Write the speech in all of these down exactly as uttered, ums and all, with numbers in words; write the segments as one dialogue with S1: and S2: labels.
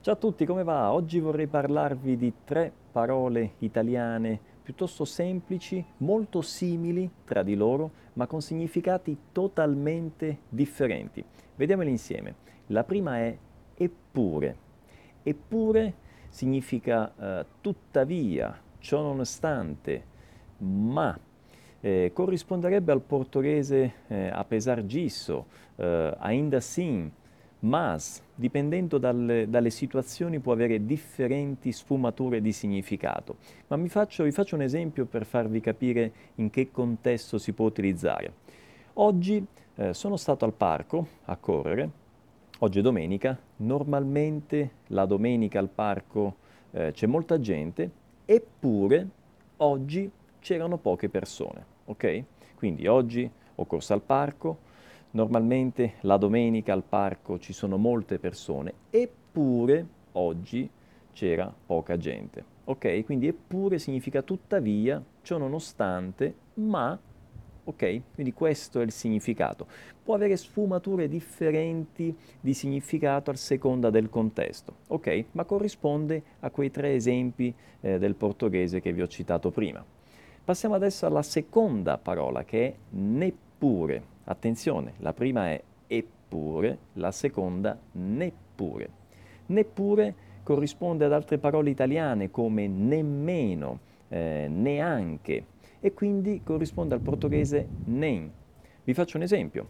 S1: Ciao a tutti, come va? Oggi vorrei parlarvi di tre parole italiane piuttosto semplici, molto simili tra di loro, ma con significati totalmente differenti. Vediamole insieme. La prima è eppure. Eppure significa eh, tuttavia, ciò nonostante, ma. Eh, corrisponderebbe al portoghese eh, apesar disso, eh, ainda assim, mas, dipendendo dalle, dalle situazioni, può avere differenti sfumature di significato. Ma mi faccio, vi faccio un esempio per farvi capire in che contesto si può utilizzare. Oggi eh, sono stato al parco a correre, oggi è domenica, normalmente la domenica al parco eh, c'è molta gente, eppure oggi c'erano poche persone, ok? Quindi oggi ho corso al parco, normalmente la domenica al parco ci sono molte persone, eppure oggi c'era poca gente. Ok? Quindi eppure significa tuttavia, ciò nonostante, ma. Ok? Quindi questo è il significato. Può avere sfumature differenti di significato a seconda del contesto, ok? Ma corrisponde a quei tre esempi eh, del portoghese che vi ho citato prima. Passiamo adesso alla seconda parola che è neppure. Attenzione, la prima è eppure, la seconda neppure. Neppure corrisponde ad altre parole italiane come nemmeno, eh, neanche e quindi corrisponde al portoghese nem. Vi faccio un esempio.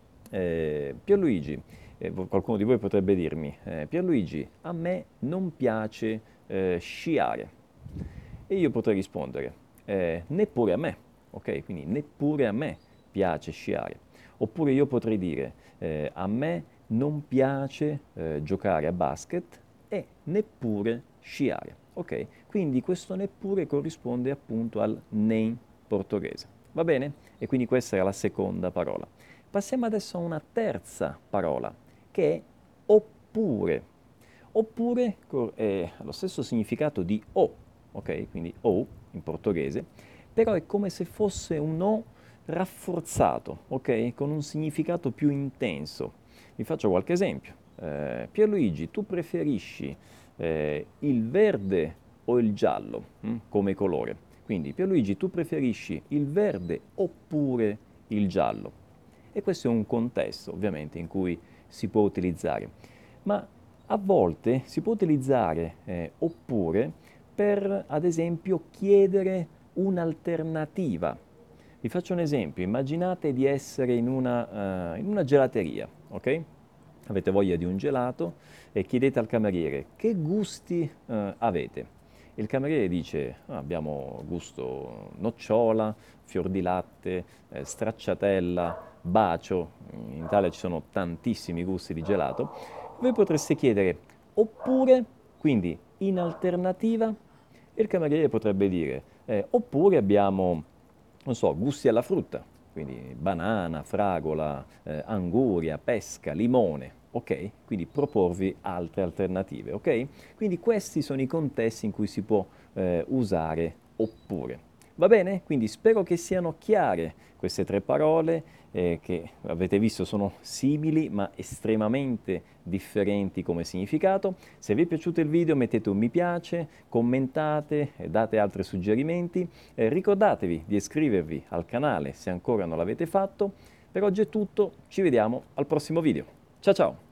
S1: Eh, Pierluigi, eh, qualcuno di voi potrebbe dirmi, eh, Pierluigi, a me non piace eh, sciare. E io potrei rispondere, eh, neppure a me, ok? Quindi neppure a me piace sciare. Oppure io potrei dire, eh, a me non piace eh, giocare a basket e neppure sciare, ok? Quindi questo neppure corrisponde appunto al nem portoghese, va bene? E quindi questa era la seconda parola. Passiamo adesso a una terza parola, che è oppure. Oppure ha lo stesso significato di o, ok? Quindi o in portoghese, però è come se fosse un o rafforzato, ok? Con un significato più intenso. Vi faccio qualche esempio. Eh, Pierluigi, tu preferisci eh, il verde o il giallo hm, come colore? Quindi, Pierluigi, tu preferisci il verde oppure il giallo? E questo è un contesto, ovviamente, in cui si può utilizzare. Ma a volte si può utilizzare eh, oppure per, ad esempio, chiedere un'alternativa. Vi faccio un esempio, immaginate di essere in una, uh, in una gelateria, ok? Avete voglia di un gelato e chiedete al cameriere che gusti uh, avete. Il cameriere dice "Ah, abbiamo gusto nocciola, fior di latte, eh, stracciatella, bacio, in Italia ci sono tantissimi gusti di gelato. Voi potreste chiedere oppure, quindi in alternativa, il cameriere potrebbe dire eh, oppure abbiamo, non so, gusti alla frutta, quindi banana, fragola, eh, anguria, pesca, limone, ok? Quindi proporvi altre alternative, ok? Quindi questi sono i contesti in cui si può eh, usare oppure. Va bene? Quindi spero che siano chiare queste tre parole eh, che avete visto sono simili ma estremamente differenti come significato. Se vi è piaciuto il video mettete un mi piace, commentate, eh, date altri suggerimenti. Eh, ricordatevi di iscrivervi al canale se ancora non l'avete fatto. Per oggi è tutto, ci vediamo al prossimo video. Ciao ciao!